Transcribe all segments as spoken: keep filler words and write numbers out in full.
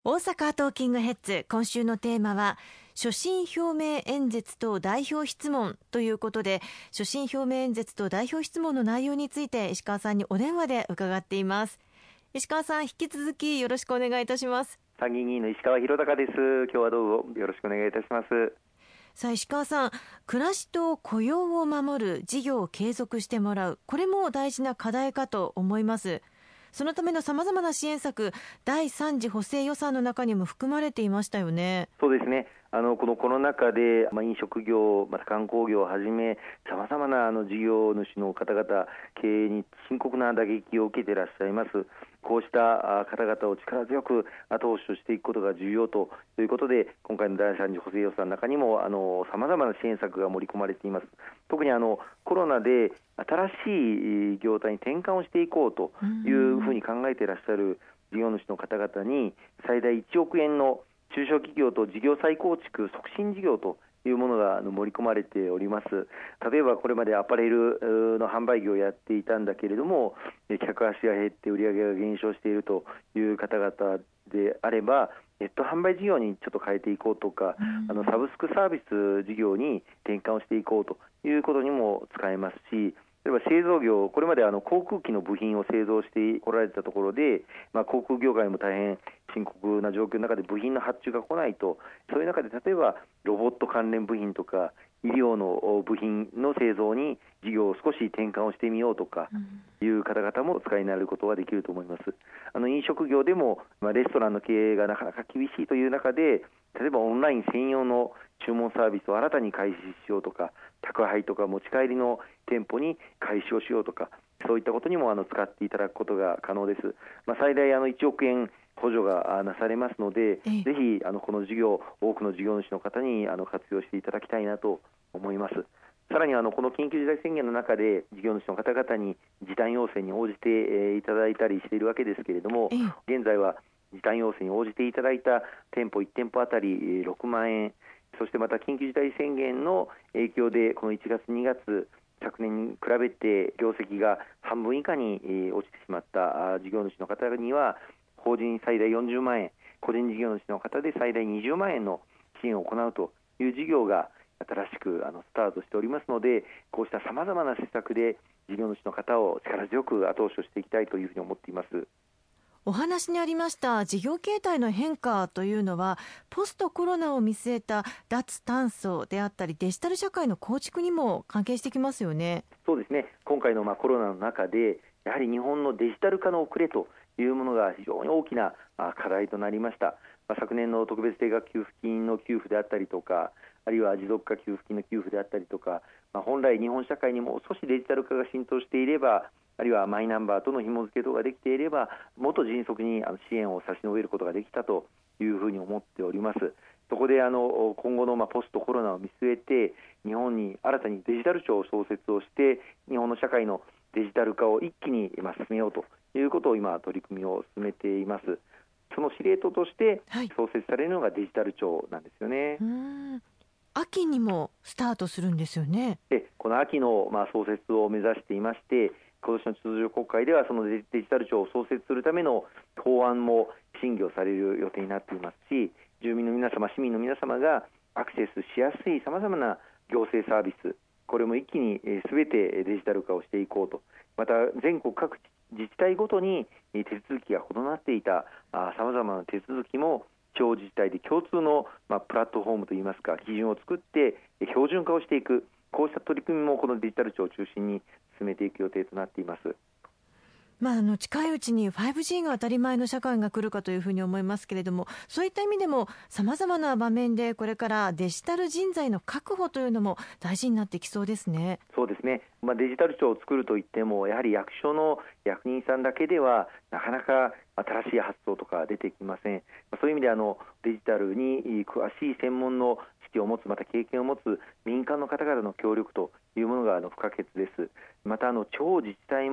大阪トーキングヘッズ、今週のテーマは所信表明演説と代表質問ということで、所信表明演説と代表質問の内容について石川さんにお電話で伺っています。石川さん、引き続きよろしくお願いいたします。 参議院議員の石川博隆です。今日はどうぞよろしくお願いいたします。 さあ石川さん、暮らしと雇用を守る事業を継続してもらう、これも大事な課題かと思います。そのためのさまざまな支援策、だいさん次補正予算の中にも含まれていましたよね。 そうですね。あのこのコロナ禍で、まあ、飲食業、また観光業をはじめさまざまなあの事業主の方々、経営に深刻な打撃を受けていらっしゃいます。こうした方々を力強く後押しをしていくことが重要ということで、今回のだいさん次補正予算の中にもさまざまな支援策が盛り込まれています。特にあのコロナで新しい業態に転換をしていこうというふうに考えていらっしゃる事業主の方々に最大いちおくえんの中小企業と事業再構築促進事業というものが盛り込まれております。例えばこれまでアパレルの販売業をやっていたんだけれども、客足が減って売上が減少しているという方々であれば、ネット販売事業にちょっと変えていこうとか、あのサブスクサービス事業に転換をしていこうということにも使えますし、例えば製造業、これまであの航空機の部品を製造してこられたところで、まあ、航空業界も大変深刻な状況の中で部品の発注が来ないと、そういう中で例えばロボット関連部品とか医療の部品の製造に事業を少し転換をしてみようとかいう方々もお使いになることができると思います。あの飲食業でも、まあ、レストランの経営がなかなか厳しいという中で、例えばオンライン専用の注文サービスを新たに開始しようとか、宅配とか持ち帰りの店舗に開始をしようとか、そういったことにもあの使っていただくことが可能です。まあ、最大あのいちおくえん補助がなされますので、ぜひあのこの事業、多くの事業主の方にあの活用していただきたいなと思います。さらにあのこの緊急事態宣言の中で事業主の方々に時短要請に応じていただいたりしているわけですけれども、現在は時短要請に応じていただいた店舗いち店舗あたりろくまんえん、そしてまた緊急事態宣言の影響でこのいちがつにがつ、昨年に比べて業績が半分以下に落ちてしまった事業主の方には法人最大よんじゅうまんえん、個人事業主の方で最大にじゅうまんえんの支援を行うという事業が新しくあのスタートしておりますので、こうしたさまざまな施策で事業主の方を力強く後押しをしていきたいというふうに思っています。 お話にありました事業形態の変化というのは、ポストコロナを見据えた脱炭素であったりデジタル社会の構築にも関係してきますよね。 そうですね。今回のまあコロナの中でやはり日本のデジタル化の遅れというものが非常に大きな課題となりました。まあ、昨年の特別定額給付金の給付であったりとか、あるいは持続化給付金の給付であったりとか、まあ、本来日本社会にもう少しデジタル化が浸透していれば、あるいはマイナンバーとの紐付け等ができていれば、もっと迅速に支援を差し伸べることができたというふうに思っております。そこであの今後のまあポストコロナを見据えて、日本に新たにデジタル庁を創設をして、日本の社会のデジタル化を一気にまあ進めようということを今取り組みを進めています。その司令塔として創設されるのがデジタル庁なんですよね。 うーん、秋にもスタートするんですよね。 でこの秋のまあ創設を目指していまして、今年の通常国会ではそのデジタル庁を創設するための法案も審議をされる予定になっていますし、住民の皆様、市民の皆様がアクセスしやすいさまざまな行政サービス、これも一気にすべてデジタル化をしていこうと。また全国各自治体ごとに手続きが異なっていたさまざまな手続きも地方自治体で共通の、まあ、プラットフォームといいますか、基準を作って標準化をしていく、こうした取り組みもこのデジタル庁を中心に進めていく予定となっています。 まあ、あの近いうちに ファイブジー が当たり前の社会が来るかというふうに思いますけれども、そういった意味でもさまざまな場面でこれからデジタル人材の確保というのも大事になってきそうですね。 そうですね。まあ、デジタル庁を作るといっても、やはり役所の役人さんだけではなかなか新しい発想とか出てきません。そういう意味であのデジタルに詳しい専門の知識を持つ、また経験を持つ民間の方々の協力というものがあの不可欠です。またあの地方自治体も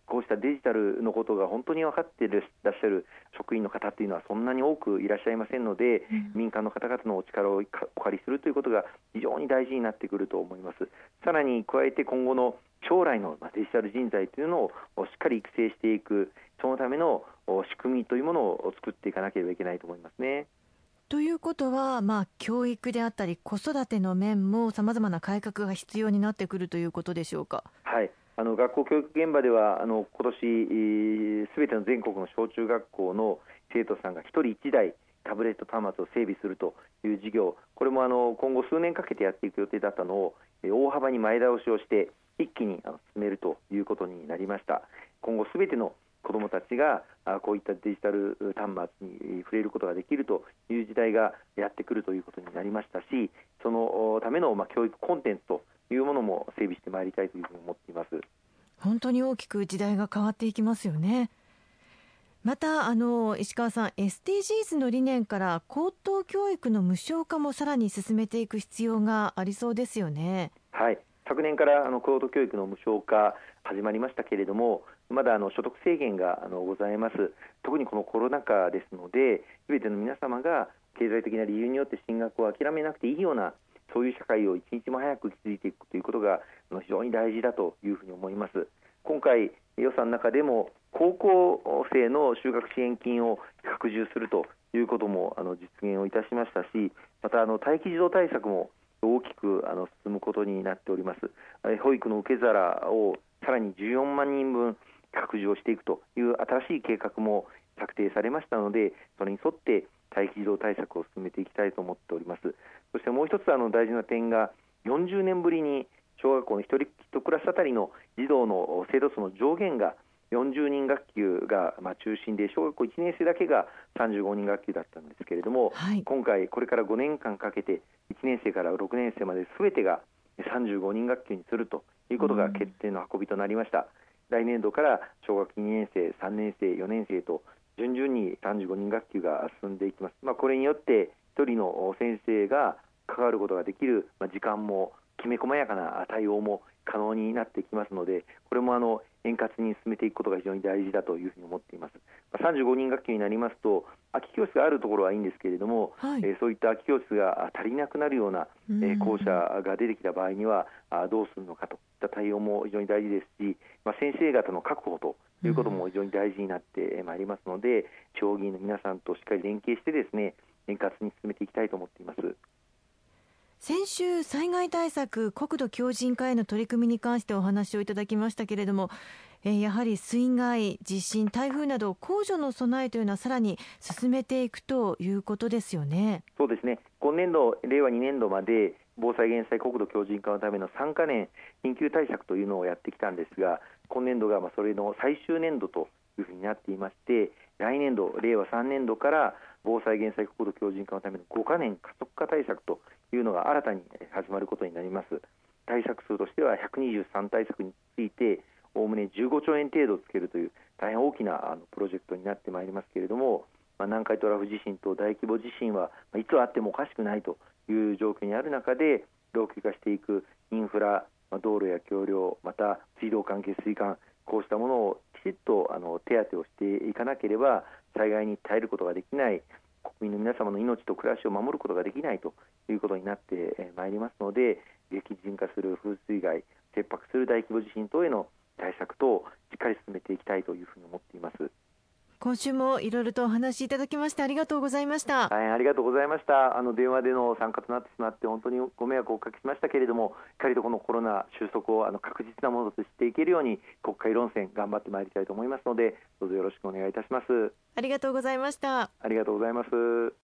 こうしたデジタルのことが本当に分かっていらっしゃる職員の方というのはそんなに多くいらっしゃいませんので、うん、民間の方々のお力をお借りするということが非常に大事になってくると思います。さらに加えて今後の将来のデジタル人材というのをしっかり育成していく、そのための仕組みというものを作っていかなければいけないと思いますね。 ということは、まあ、教育であったり子育ての面もさまざまな改革が必要になってくるということでしょうか。 はい、あの学校教育現場ではあの今年すべての全国の小中学校の生徒さんがひとりいちだいタブレット端末を整備するという事業、これもあの今後数年かけてやっていく予定だったのを大幅に前倒しをして一気に進めるということになりました。今後すべての子どもたちがこういったデジタル端末に触れることができるという時代がやってくるということになりましたし、そのための教育コンテンツというものも整備してまいりたいというふうに思っています。 本当に大きく時代が変わっていきますよね。またあの石川さん、 エスディージーズ の理念から高等教育の無償化もさらに進めていく必要がありそうですよね。 はい、昨年からあの高等教育の無償化始まりましたけれども、まだあの所得制限があのございます。特にこのコロナ禍ですので、すべての皆様が経済的な理由によって進学を諦めなくていいような、そういう社会を一日も早く築いていくということが非常に大事だというふうに思います。今回予算の中でも高校生の就学支援金を拡充するということもあの実現をいたしましたし、またあの待機児童対策も大きくあの進むことになっております。保育の受け皿をさらにじゅうよんまんにんぶん拡充をしていくという新しい計画も策定されましたので、それに沿って待機児童対策を進めていきたいと思っております。そしてもう一つあの大事な点が、よんじゅうねんぶりに小学校の一人一クラスあたりの児童の生徒数の上限がよんじゅうにん学級がまあ中心で、小学校いちねん生だけがさんじゅうごにん学級だったんですけれども、はい、今回これからごねんかんかけていちねん生からろくねん生まで全てがさんじゅうごにん学級にするということが決定の運びとなりました。うん、来年度から小学にねん生、さんねん生、よねん生と順々にさんじゅうごにん学級が進んでいきます。まあ、これによって一人の先生が関わることができる時間もきめ細やかな対応も可能になってきますので、これもあの円滑に進めていくことが非常に大事だというふうに思っています。さんじゅうごにん学級になりますと空き教室があるところはいいんですけれども、はい、えー、そういった空き教室が足りなくなるような、えー、校舎が出てきた場合にはどうするのかといった対応も非常に大事ですし、まあ、先生方の確保ということも非常に大事になってまいりますので、地方議員の皆さんとしっかり連携してですね、円滑に進めていきたいと思っています。 先週、災害対策国土強靭化への取り組みに関してお話をいただきましたけれども、えー、やはり水害、地震、台風など公助の備えというのはさらに進めていくということですよね。 そうですね、今年度れいわにねんどまで防災減災国土強靭化のためのさんかねん緊急対策というのをやってきたんですが、今年度がまあそれの最終年度というふうになっていまして、来年度れいわさんねんどから防災減災国土強靭化のためのごかねん加速化対策というのが新たに始まることになります。対策数としてはひゃくにじゅうさん対策についておおむねじゅうごちょうえん程度つけるという大変大きなあのプロジェクトになってまいりますけれども、まあ、南海トラフ地震と大規模地震はいつあってもおかしくないという状況にある中で、老朽化していくインフラ、まあ、道路や橋梁、また水道管、下水管、こうしたものをきちっとあの手当てをしていかなければ災害に耐えることができない、国民の皆様の命と暮らしを守ることができないということになってまいりますので、激甚化する風水害、切迫する大規模地震等への対策としっかり進めていきたいというふうに思っています。 今週もいろいろとお話しいただきましてありがとうございました。 はい、ありがとうございました。あの電話での参加となってしまって本当にご迷惑をおかけしましたけれども、しっかりとこのコロナ収束をあの確実なものとしていけるように国会論戦頑張ってまいりたいと思いますので、どうぞよろしくお願いいたします。 ありがとうございました。 ありがとうございます。